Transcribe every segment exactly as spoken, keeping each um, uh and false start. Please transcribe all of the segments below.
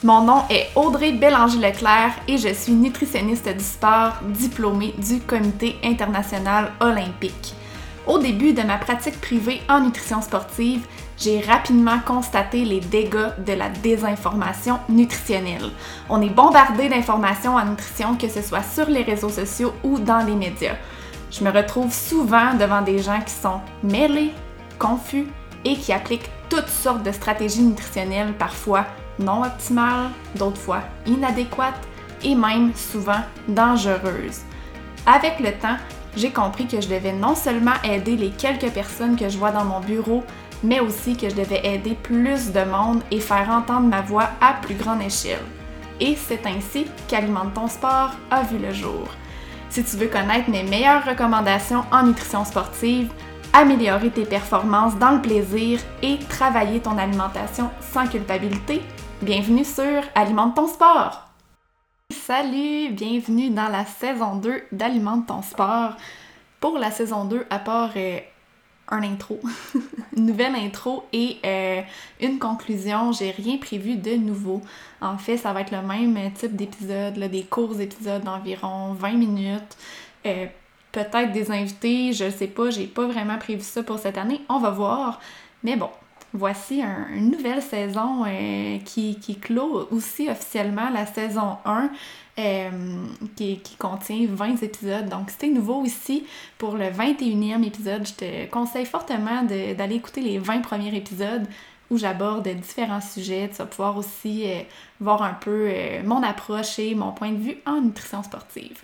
Mon nom est Audrey Bélanger-Leclerc et je suis nutritionniste du sport diplômée du Comité international olympique. Au début de ma pratique privée en nutrition sportive, j'ai rapidement constaté les dégâts de la désinformation nutritionnelle. On est bombardé d'informations en nutrition, que ce soit sur les réseaux sociaux ou dans les médias. Je me retrouve souvent devant des gens qui sont mêlés, confus et qui appliquent toutes sortes de stratégies nutritionnelles, parfois non optimales, d'autres fois inadéquates et même souvent dangereuses. Avec le temps, j'ai compris que je devais non seulement aider les quelques personnes que je vois dans mon bureau, mais aussi que je devais aider plus de monde et faire entendre ma voix à plus grande échelle. Et c'est ainsi qu'Alimente ton sport a vu le jour. Si tu veux connaître mes meilleures recommandations en nutrition sportive, améliorer tes performances dans le plaisir et travailler ton alimentation sans culpabilité, bienvenue sur Alimente ton sport! Salut! Bienvenue dans la saison deux d'Alimente ton sport. Pour la saison deux, à part euh, un intro, une nouvelle intro et euh, une conclusion, j'ai rien prévu de nouveau. En fait, ça va être le même type d'épisode, là, des courts épisodes d'environ vingt minutes. Euh, peut-être des invités, je sais pas, j'ai pas vraiment prévu ça pour cette année, on va voir. Mais bon, voici un, une nouvelle saison euh, qui, qui clôt aussi officiellement la saison un, euh, qui, qui contient vingt épisodes. Donc, si t'es nouveau ici pour le vingt et unième épisode, je te conseille fortement de, d'aller écouter les vingt premiers épisodes où j'aborde différents sujets. Tu vas pouvoir aussi euh, voir un peu euh, mon approche et mon point de vue en nutrition sportive.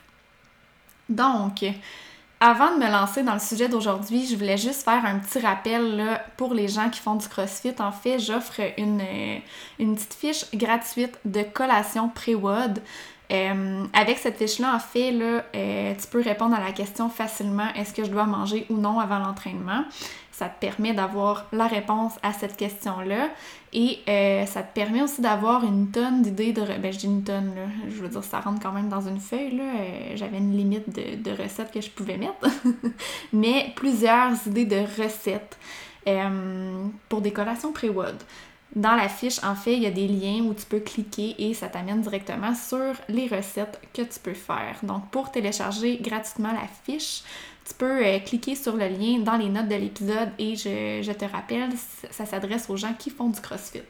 Donc, avant de me lancer dans le sujet d'aujourd'hui, je voulais juste faire un petit rappel là, pour les gens qui font du CrossFit. En fait, j'offre une, une petite fiche gratuite de collation pré-W O D. Euh, avec cette fiche-là, en fait, là, euh, tu peux répondre à la question facilement « Est-ce que je dois manger ou non avant l'entraînement? » Ça te permet d'avoir la réponse à cette question-là et euh, ça te permet aussi d'avoir une tonne d'idées de... Ben, je dis une tonne, là. Je veux dire, ça rentre quand même dans une feuille, là. Euh, j'avais une limite de, de recettes que je pouvais mettre, mais plusieurs idées de recettes euh, pour des collations pré-W O D. Dans la fiche, en fait, il y a des liens où tu peux cliquer et ça t'amène directement sur les recettes que tu peux faire. Donc, pour télécharger gratuitement la fiche, tu peux euh, cliquer sur le lien dans les notes de l'épisode et je, je te rappelle, ça s'adresse aux gens qui font du CrossFit.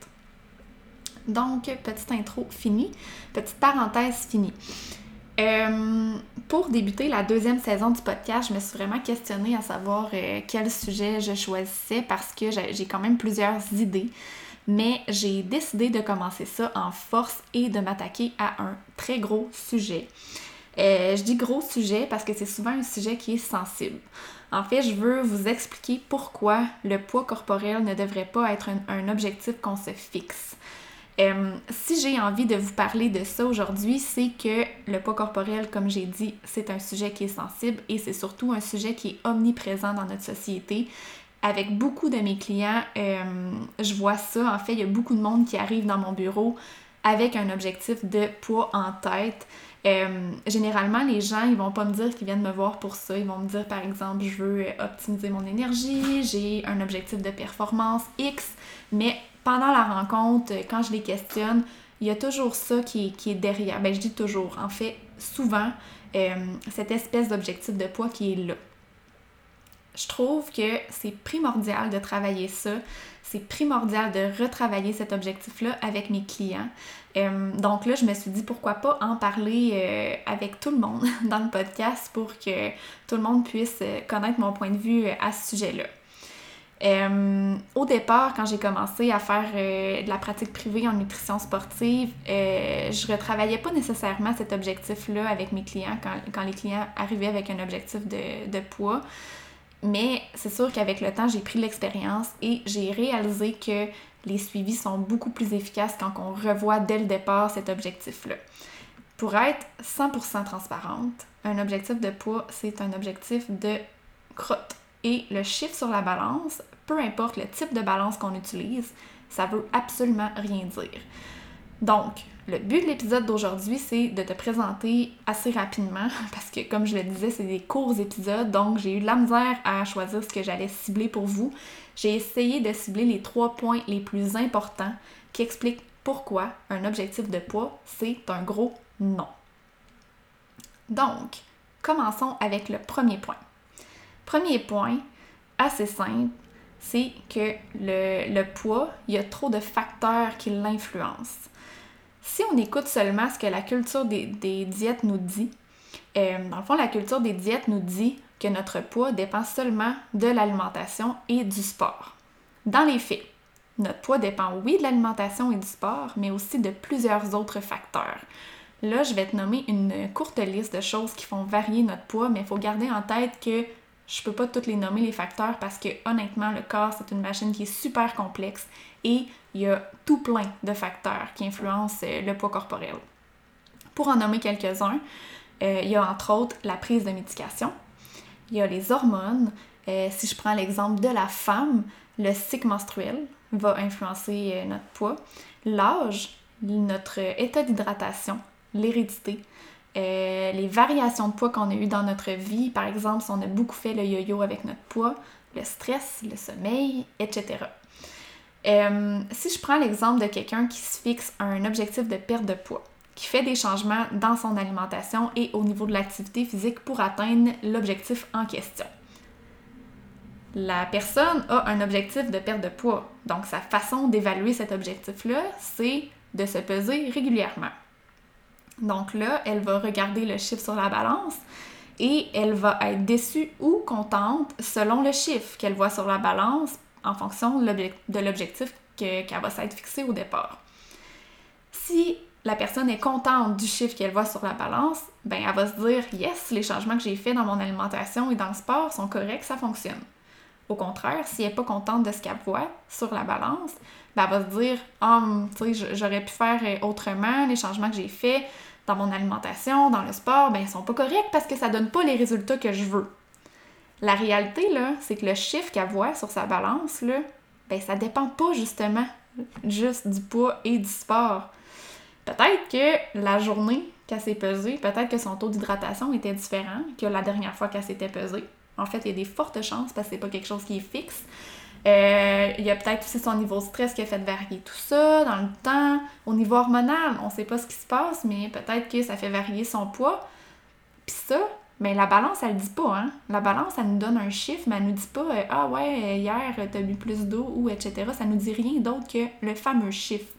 Donc, petite intro finie, petite parenthèse finie. Euh, pour débuter la deuxième saison du podcast, je me suis vraiment questionnée à savoir euh, quel sujet je choisissais parce que j'ai, j'ai quand même plusieurs idées. Mais j'ai décidé de commencer ça en force et de m'attaquer à un très gros sujet. Euh, je dis gros sujet parce que c'est souvent un sujet qui est sensible. En fait, je veux vous expliquer pourquoi le poids corporel ne devrait pas être un, un objectif qu'on se fixe. Euh, si j'ai envie de vous parler de ça aujourd'hui, c'est que le poids corporel, comme j'ai dit, c'est un sujet qui est sensible et c'est surtout un sujet qui est omniprésent dans notre société. Avec beaucoup de mes clients, euh, je vois ça. En fait, il y a beaucoup de monde qui arrive dans mon bureau avec un objectif de poids en tête. Euh, généralement, les gens, ils vont pas me dire qu'ils viennent me voir pour ça. Ils vont me dire, par exemple, je veux optimiser mon énergie, j'ai un objectif de performance X, mais pendant la rencontre, quand je les questionne, il y a toujours ça qui est, qui est derrière. Ben, je dis toujours, en fait, souvent, euh, cette espèce d'objectif de poids qui est là. Je trouve que c'est primordial de travailler ça, c'est primordial de retravailler cet objectif-là avec mes clients. Euh, donc là, je me suis dit pourquoi pas en parler euh, avec tout le monde dans le podcast pour que tout le monde puisse connaître mon point de vue à ce sujet-là. Euh, au départ, quand j'ai commencé à faire euh, de la pratique privée en nutrition sportive, euh, je retravaillais pas nécessairement cet objectif-là avec mes clients quand, quand les clients arrivaient avec un objectif de, de poids. Mais c'est sûr qu'avec le temps, j'ai pris l'expérience et j'ai réalisé que les suivis sont beaucoup plus efficaces quand on revoit dès le départ cet objectif-là. Pour être cent pour cent transparente, un objectif de poids, c'est un objectif de crotte. Et le chiffre sur la balance, peu importe le type de balance qu'on utilise, ça veut absolument rien dire. Donc, le but de l'épisode d'aujourd'hui, c'est de te présenter assez rapidement, parce que comme je le disais, c'est des courts épisodes, donc j'ai eu de la misère à choisir ce que j'allais cibler pour vous. J'ai essayé de cibler les trois points les plus importants qui expliquent pourquoi un objectif de poids, c'est un gros non. Donc, commençons avec le premier point. Premier point, assez simple, c'est que le, le poids, il y a trop de facteurs qui l'influencent. Si on écoute seulement ce que la culture des, des diètes nous dit, euh, dans le fond, la culture des diètes nous dit que notre poids dépend seulement de l'alimentation et du sport. Dans les faits, notre poids dépend, oui, de l'alimentation et du sport, mais aussi de plusieurs autres facteurs. Là, je vais te nommer une courte liste de choses qui font varier notre poids, mais il faut garder en tête que je peux pas toutes les nommer, les facteurs, parce que honnêtement, le corps, c'est une machine qui est super complexe et il y a tout plein de facteurs qui influencent le poids corporel. Pour en nommer quelques-uns, euh, il y a entre autres la prise de médication, il y a les hormones. Euh, si je prends l'exemple de la femme, le cycle menstruel va influencer euh, notre poids, l'âge, notre état d'hydratation, l'hérédité, euh, les variations de poids qu'on a eues dans notre vie, par exemple si on a beaucoup fait le yo-yo avec notre poids, le stress, le sommeil, et cetera. Euh, si je prends l'exemple de quelqu'un qui se fixe un objectif de perte de poids, qui fait des changements dans son alimentation et au niveau de l'activité physique pour atteindre l'objectif en question. La personne a un objectif de perte de poids, donc sa façon d'évaluer cet objectif-là, c'est de se peser régulièrement. Donc là, elle va regarder le chiffre sur la balance et elle va être déçue ou contente selon le chiffre qu'elle voit sur la balance en fonction de l'objectif que, qu'elle va s'être fixé au départ. Si la personne est contente du chiffre qu'elle voit sur la balance, ben elle va se dire « Yes, les changements que j'ai faits dans mon alimentation et dans le sport sont corrects, ça fonctionne. » Au contraire, si elle n'est pas contente de ce qu'elle voit sur la balance, ben elle va se dire « Ah, oh, tu sais, j'aurais pu faire autrement, les changements que j'ai faits dans mon alimentation, dans le sport, ben ils sont pas corrects parce que ça donne pas les résultats que je veux. » La réalité, là, c'est que le chiffre qu'elle voit sur sa balance, là, ben ça dépend pas justement juste du poids et du sport. Peut-être que la journée qu'elle s'est pesée, peut-être que son taux d'hydratation était différent que la dernière fois qu'elle s'était pesée. En fait, il y a des fortes chances parce que c'est pas quelque chose qui est fixe. Euh, il y a peut-être aussi son niveau de stress qui a fait varier tout ça dans le temps. Au niveau hormonal, on sait pas ce qui se passe, mais peut-être que ça fait varier son poids. Puis ça, mais la balance, elle le dit pas, hein. La balance, elle nous donne un chiffre, mais elle nous dit pas euh, « Ah ouais, hier, t'as bu plus d'eau » ou et cetera. Ça nous dit rien d'autre que le fameux chiffre.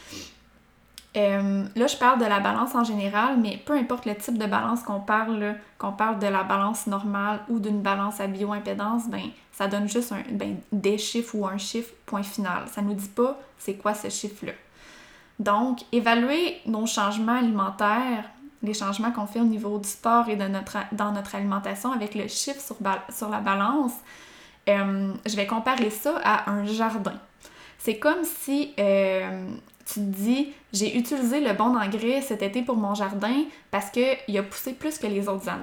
Euh, là, je parle de la balance en général, mais peu importe le type de balance qu'on parle, là, qu'on parle de la balance normale ou d'une balance à bioimpédance, ben ça donne juste un, ben, des chiffres ou un chiffre, point final. Ça nous dit pas c'est quoi ce chiffre-là. Donc, évaluer nos changements alimentaires, les changements qu'on fait au niveau du sport et de notre, dans notre alimentation avec le chiffre sur, sur la balance, euh, je vais comparer ça à un jardin. C'est comme si euh, tu te dis « J'ai utilisé le bon engrais cet été pour mon jardin parce qu'il a poussé plus que les autres années. »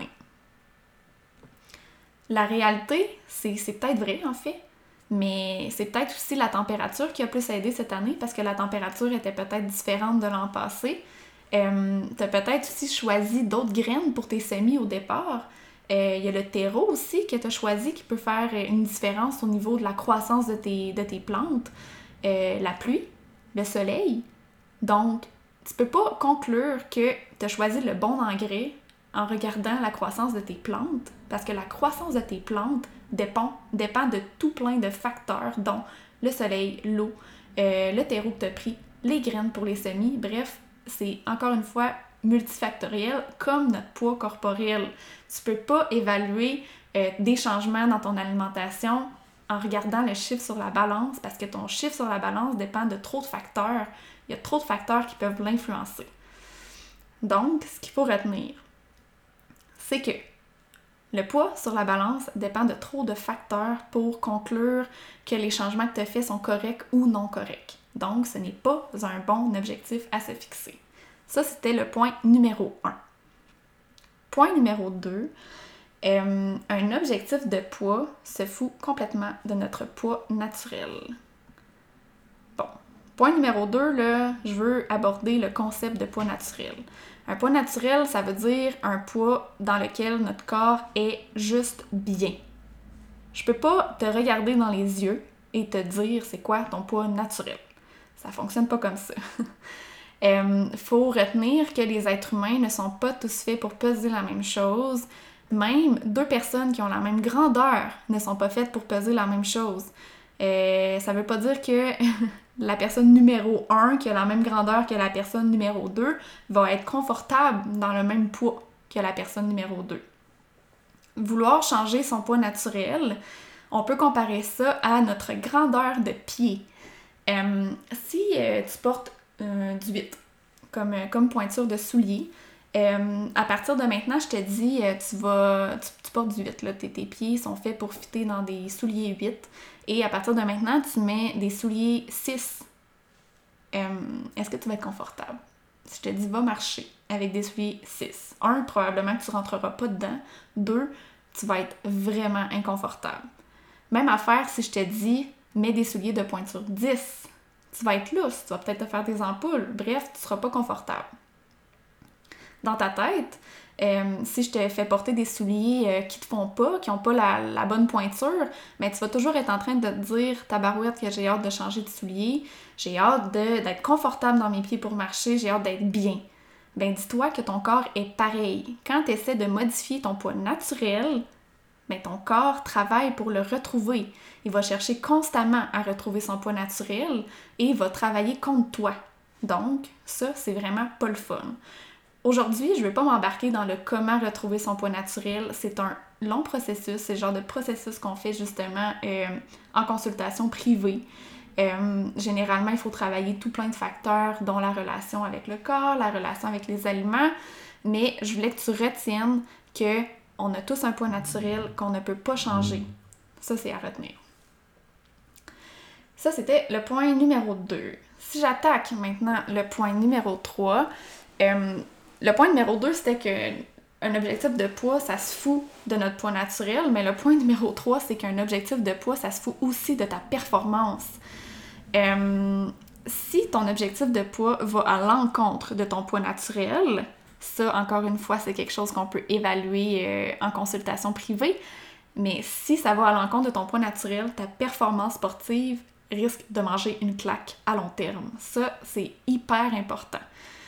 La réalité, c'est, c'est peut-être vrai en fait, mais c'est peut-être aussi la température qui a plus aidé cette année parce que la température était peut-être différente de l'an passé. Euh, tu as peut-être aussi choisi d'autres graines pour tes semis au départ. Il euh, y a le terreau aussi que tu as choisi qui peut faire une différence au niveau de la croissance de tes, de tes plantes. Euh, la pluie, le soleil. Donc, tu peux pas conclure que tu as choisi le bon engrais en regardant la croissance de tes plantes, parce que la croissance de tes plantes dépend, dépend de tout plein de facteurs, dont le soleil, l'eau, euh, le terreau que tu as pris, les graines pour les semis, bref, c'est encore une fois multifactoriel comme notre poids corporel. Tu peux pas évaluer euh, des changements dans ton alimentation en regardant le chiffre sur la balance parce que ton chiffre sur la balance dépend de trop de facteurs. Il y a trop de facteurs qui peuvent l'influencer. Donc, ce qu'il faut retenir, c'est que le poids sur la balance dépend de trop de facteurs pour conclure que les changements que tu as faits sont corrects ou non corrects. Donc, ce n'est pas un bon objectif à se fixer. Ça, c'était le point numéro un. Point numéro deux, euh, un objectif de poids se fout complètement de notre poids naturel. Bon, point numéro deux, là, je veux aborder le concept de poids naturel. Un poids naturel, ça veut dire un poids dans lequel notre corps est juste bien. Je peux pas te regarder dans les yeux et te dire c'est quoi ton poids naturel. Ça fonctionne pas comme ça. Il euh, faut retenir que les êtres humains ne sont pas tous faits pour peser la même chose. Même deux personnes qui ont la même grandeur ne sont pas faites pour peser la même chose. Euh, ça veut pas dire que la personne numéro un, qui a la même grandeur que la personne numéro deux, va être confortable dans le même poids que la personne numéro deux. Vouloir changer son poids naturel, on peut comparer ça à notre grandeur de pied. Euh, si euh, tu portes euh, du huit comme, euh, comme pointure de soulier, euh, à partir de maintenant, je te dis, euh, tu vas tu, tu portes du huit, là, tes, tes pieds sont faits pour fitter dans des souliers huit, et à partir de maintenant, tu mets des souliers six. Euh, est-ce que tu vas être confortable? Si je te dis, va marcher avec des souliers six. Un, probablement que tu rentreras pas dedans. Deux, tu vas être vraiment inconfortable. Même affaire si je te dis, mets des souliers de pointure dix. Tu vas être lousse, tu vas peut-être te faire des ampoules. Bref, tu seras pas confortable. Dans ta tête, euh, si je te fais porter des souliers euh, qui te font pas, qui ont pas la, la bonne pointure, mais tu vas toujours être en train de te dire, tabarouette, que j'ai hâte de changer de souliers, j'ai hâte de, d'être confortable dans mes pieds pour marcher, j'ai hâte d'être bien. Ben dis-toi que ton corps est pareil. Quand tu essaies de modifier ton poids naturel, ben ton corps travaille pour le retrouver. Il va chercher constamment à retrouver son poids naturel et il va travailler contre toi. Donc, ça, c'est vraiment pas le fun. Aujourd'hui, je ne vais pas m'embarquer dans le comment retrouver son poids naturel. C'est un long processus, c'est le genre de processus qu'on fait justement euh, en consultation privée. Euh, généralement, il faut travailler tout plein de facteurs, dont la relation avec le corps, la relation avec les aliments, mais je voulais que tu retiennes qu'on a tous un poids naturel qu'on ne peut pas changer. Ça, c'est à retenir. Ça, c'était le point numéro deux. Si j'attaque maintenant le point numéro trois, euh, le point numéro deux, c'était qu'un objectif de poids, ça se fout de notre poids naturel, mais le point numéro trois, c'est qu'un objectif de poids, ça se fout aussi de ta performance. Euh, si ton objectif de poids va à l'encontre de ton poids naturel, ça, encore une fois, c'est quelque chose qu'on peut évaluer euh, en consultation privée, mais si ça va à l'encontre de ton poids naturel, ta performance sportive risque de manger une claque à long terme. Ça, c'est hyper important.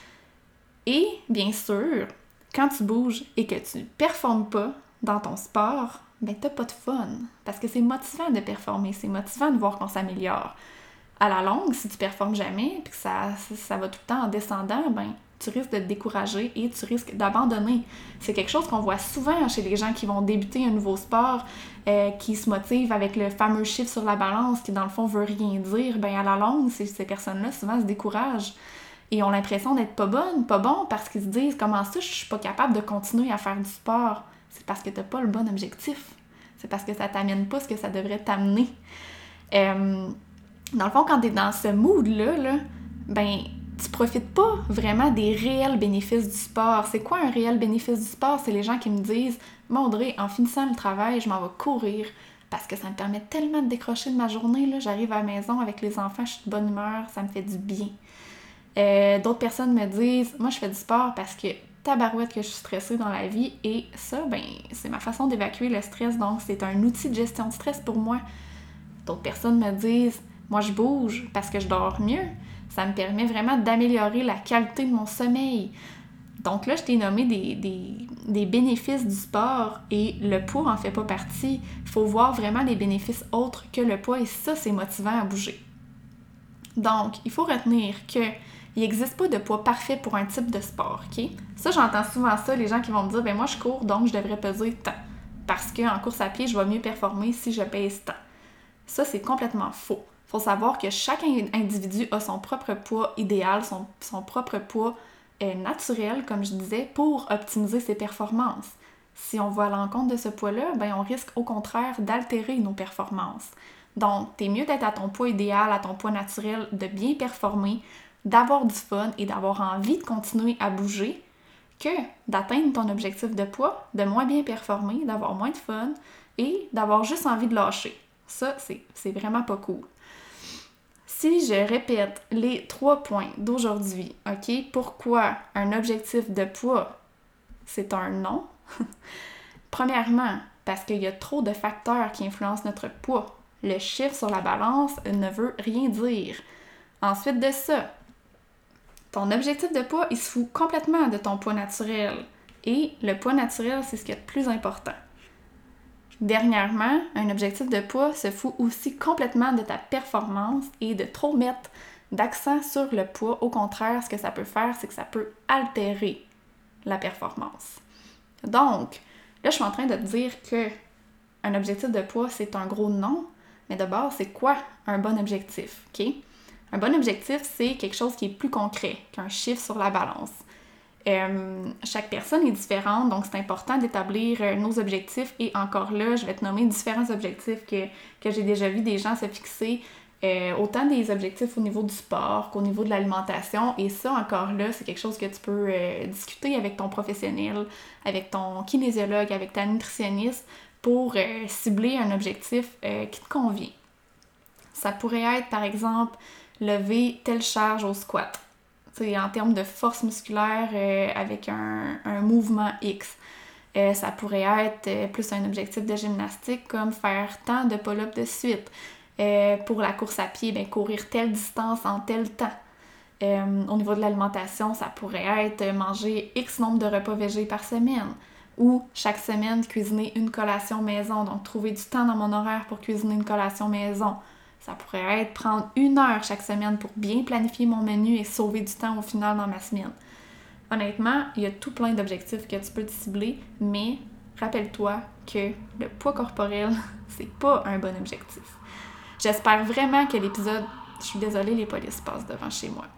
Et, bien sûr, quand tu bouges et que tu ne performes pas dans ton sport, ben t'as pas de fun. Parce que c'est motivant de performer, c'est motivant de voir qu'on s'améliore. À la longue, si tu performes jamais et que ça, ça va tout le temps en descendant, ben tu risques de te décourager et tu risques d'abandonner. C'est quelque chose qu'on voit souvent chez les gens qui vont débuter un nouveau sport, euh, qui se motivent avec le fameux chiffre sur la balance qui, dans le fond, veut rien dire. Ben à la longue, ces, ces personnes-là, souvent, se découragent et ont l'impression d'être pas bonnes, pas bons, parce qu'ils se disent « Comment ça, je suis pas capable de continuer à faire du sport? » C'est parce que t'as pas le bon objectif. C'est parce que ça t'amène pas ce que ça devrait t'amener. Euh, dans le fond, quand t'es dans ce mood-là, là, ben tu profites pas vraiment des réels bénéfices du sport. C'est quoi un réel bénéfice du sport? C'est les gens qui me disent « Moi, Audrey, en finissant le travail, je m'en vais courir parce que ça me permet tellement de décrocher de ma journée. Là. J'arrive à la maison avec les enfants, je suis de bonne humeur, ça me fait du bien. Euh, » D'autres personnes me disent « Moi, je fais du sport parce que tabarouette que je suis stressée dans la vie et ça, ben c'est ma façon d'évacuer le stress, donc c'est un outil de gestion de stress pour moi. » D'autres personnes me disent « Moi, je bouge parce que je dors mieux. Ça me permet vraiment d'améliorer la qualité de mon sommeil. » Donc là, je t'ai nommé des, des, des bénéfices du sport et le poids en fait pas partie. Il faut voir vraiment les bénéfices autres que le poids et ça, c'est motivant à bouger. Donc, il faut retenir qu'il n'existe pas de poids parfait pour un type de sport, ok? Ça, j'entends souvent ça, les gens qui vont me dire « Ben moi, je cours, donc je devrais peser tant. Parce qu'en course à pied, je vais mieux performer si je pèse tant. » Ça, c'est complètement faux. Il faut savoir que chaque individu a son propre poids idéal, son, son propre poids euh, naturel, comme je disais, pour optimiser ses performances. Si on va à l'encontre de ce poids-là, ben on risque au contraire d'altérer nos performances. Donc, t'es mieux d'être à ton poids idéal, à ton poids naturel, de bien performer, d'avoir du fun et d'avoir envie de continuer à bouger, que d'atteindre ton objectif de poids, de moins bien performer, d'avoir moins de fun et d'avoir juste envie de lâcher. Ça, c'est, c'est vraiment pas cool. Si je répète les trois points d'aujourd'hui, ok, pourquoi un objectif de poids, c'est un non? Premièrement, parce qu'il y a trop de facteurs qui influencent notre poids. Le chiffre sur la balance ne veut rien dire. Ensuite de ça, ton objectif de poids, il se fout complètement de ton poids naturel. Et le poids naturel, c'est ce qui est le plus important. Dernièrement, un objectif de poids se fout aussi complètement de ta performance et de trop mettre d'accent sur le poids. Au contraire, ce que ça peut faire, c'est que ça peut altérer la performance. Donc, là, je suis en train de te dire que un objectif de poids, c'est un gros non, mais d'abord, c'est quoi un bon objectif, ok? Un bon objectif, c'est quelque chose qui est plus concret qu'un chiffre sur la balance. Euh, chaque personne est différente, donc c'est important d'établir euh, nos objectifs. Et encore là, je vais te nommer différents objectifs que, que j'ai déjà vu des gens se fixer, euh, autant des objectifs au niveau du sport qu'au niveau de l'alimentation. Et ça, encore là, c'est quelque chose que tu peux euh, discuter avec ton professionnel, avec ton kinésiologue, avec ta nutritionniste pour euh, cibler un objectif euh, qui te convient. Ça pourrait être, par exemple, lever telle charge au squat. T'sais, en termes de force musculaire euh, avec un, un mouvement X. Euh, ça pourrait être euh, plus un objectif de gymnastique comme faire tant de pull-ups de suite. Euh, pour la course à pied, ben, courir telle distance en tel temps. Euh, au niveau de l'alimentation, ça pourrait être manger X nombre de repas végés par semaine. Ou chaque semaine, cuisiner une collation maison. Donc, trouver du temps dans mon horaire pour cuisiner une collation maison. Ça pourrait être prendre une heure chaque semaine pour bien planifier mon menu et sauver du temps au final dans ma semaine. Honnêtement, il y a tout plein d'objectifs que tu peux te cibler, mais rappelle-toi que le poids corporel, c'est pas un bon objectif. J'espère vraiment que l'épisode... Je suis désolée, les polices passent devant chez moi.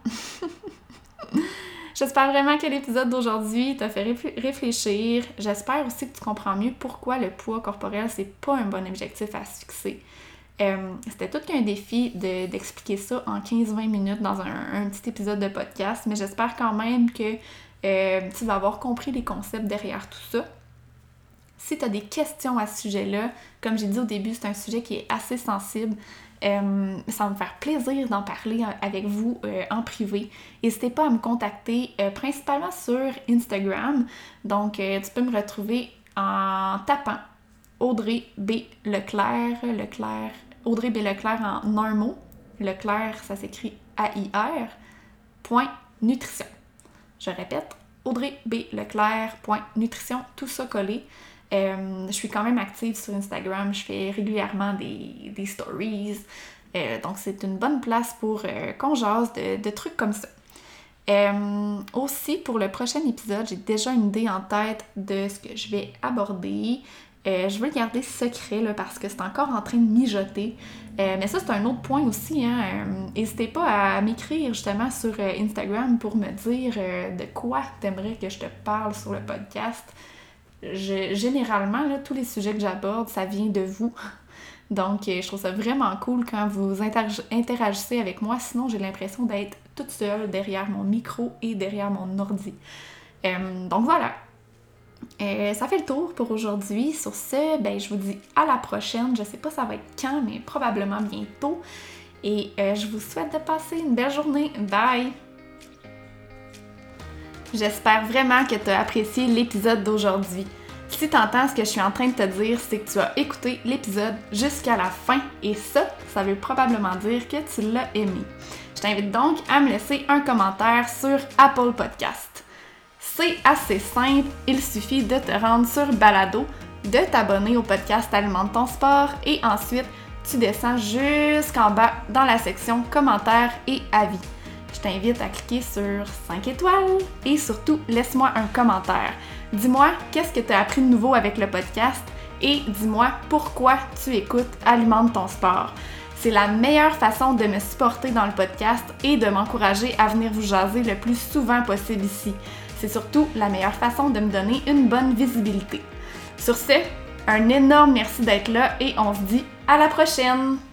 J'espère vraiment que l'épisode d'aujourd'hui t'a fait réfléchir. J'espère aussi que tu comprends mieux pourquoi le poids corporel, c'est pas un bon objectif à se fixer. Euh, c'était tout qu'un défi de, d'expliquer ça en quinze à vingt minutes dans un, un petit épisode de podcast, mais j'espère quand même que euh, tu vas avoir compris les concepts derrière tout ça. Si tu as des questions à ce sujet-là, comme j'ai dit au début, c'est un sujet qui est assez sensible. Euh, ça va me faire plaisir d'en parler avec vous euh, en privé. N'hésitez pas à me contacter, euh, principalement sur Instagram. Donc, euh, tu peux me retrouver en tapant Audrey B. Leclerc, Leclerc, Audrey B. Leclerc en un mot. Leclerc, ça s'écrit A I R, point nutrition. Je répète, Audrey B. Leclerc, point nutrition, tout ça collé. Euh, je suis quand même active sur Instagram, je fais régulièrement des, des stories, euh, donc c'est une bonne place pour euh, qu'on jase de, de trucs comme ça. Euh, aussi, pour le prochain épisode, j'ai déjà une idée en tête de ce que je vais aborder. Euh, je veux le garder secret là, parce que c'est encore en train de mijoter. Euh, mais ça, c'est un autre point aussi. Hein. Euh, n'hésitez pas à m'écrire justement sur euh, Instagram pour me dire euh, de quoi t'aimerais que je te parle sur le podcast. Je, généralement, là, tous les sujets que j'aborde, ça vient de vous. Donc, euh, je trouve ça vraiment cool quand vous interag- interagissez avec moi. Sinon, j'ai l'impression d'être toute seule derrière mon micro et derrière mon ordi. Euh, donc voilà. Euh, ça fait le tour pour aujourd'hui. Sur ce, ben, je vous dis à la prochaine. Je sais pas ça va être quand, mais probablement bientôt. Et euh, je vous souhaite de passer une belle journée. Bye! J'espère vraiment que tu as apprécié l'épisode d'aujourd'hui. Si tu entends ce que je suis en train de te dire, c'est que tu as écouté l'épisode jusqu'à la fin et ça, ça veut probablement dire que tu l'as aimé. Je t'invite donc à me laisser un commentaire sur Apple Podcast. C'est assez simple, il suffit de te rendre sur Balado, de t'abonner au podcast Alimente ton sport et ensuite tu descends jusqu'en bas dans la section commentaires et avis. Je t'invite à cliquer sur cinq étoiles et surtout, laisse-moi un commentaire. Dis-moi qu'est-ce que tu as appris de nouveau avec le podcast et dis-moi pourquoi tu écoutes Alimente ton sport. C'est la meilleure façon de me supporter dans le podcast et de m'encourager à venir vous jaser le plus souvent possible ici. C'est surtout la meilleure façon de me donner une bonne visibilité. Sur ce, un énorme merci d'être là et on se dit à la prochaine!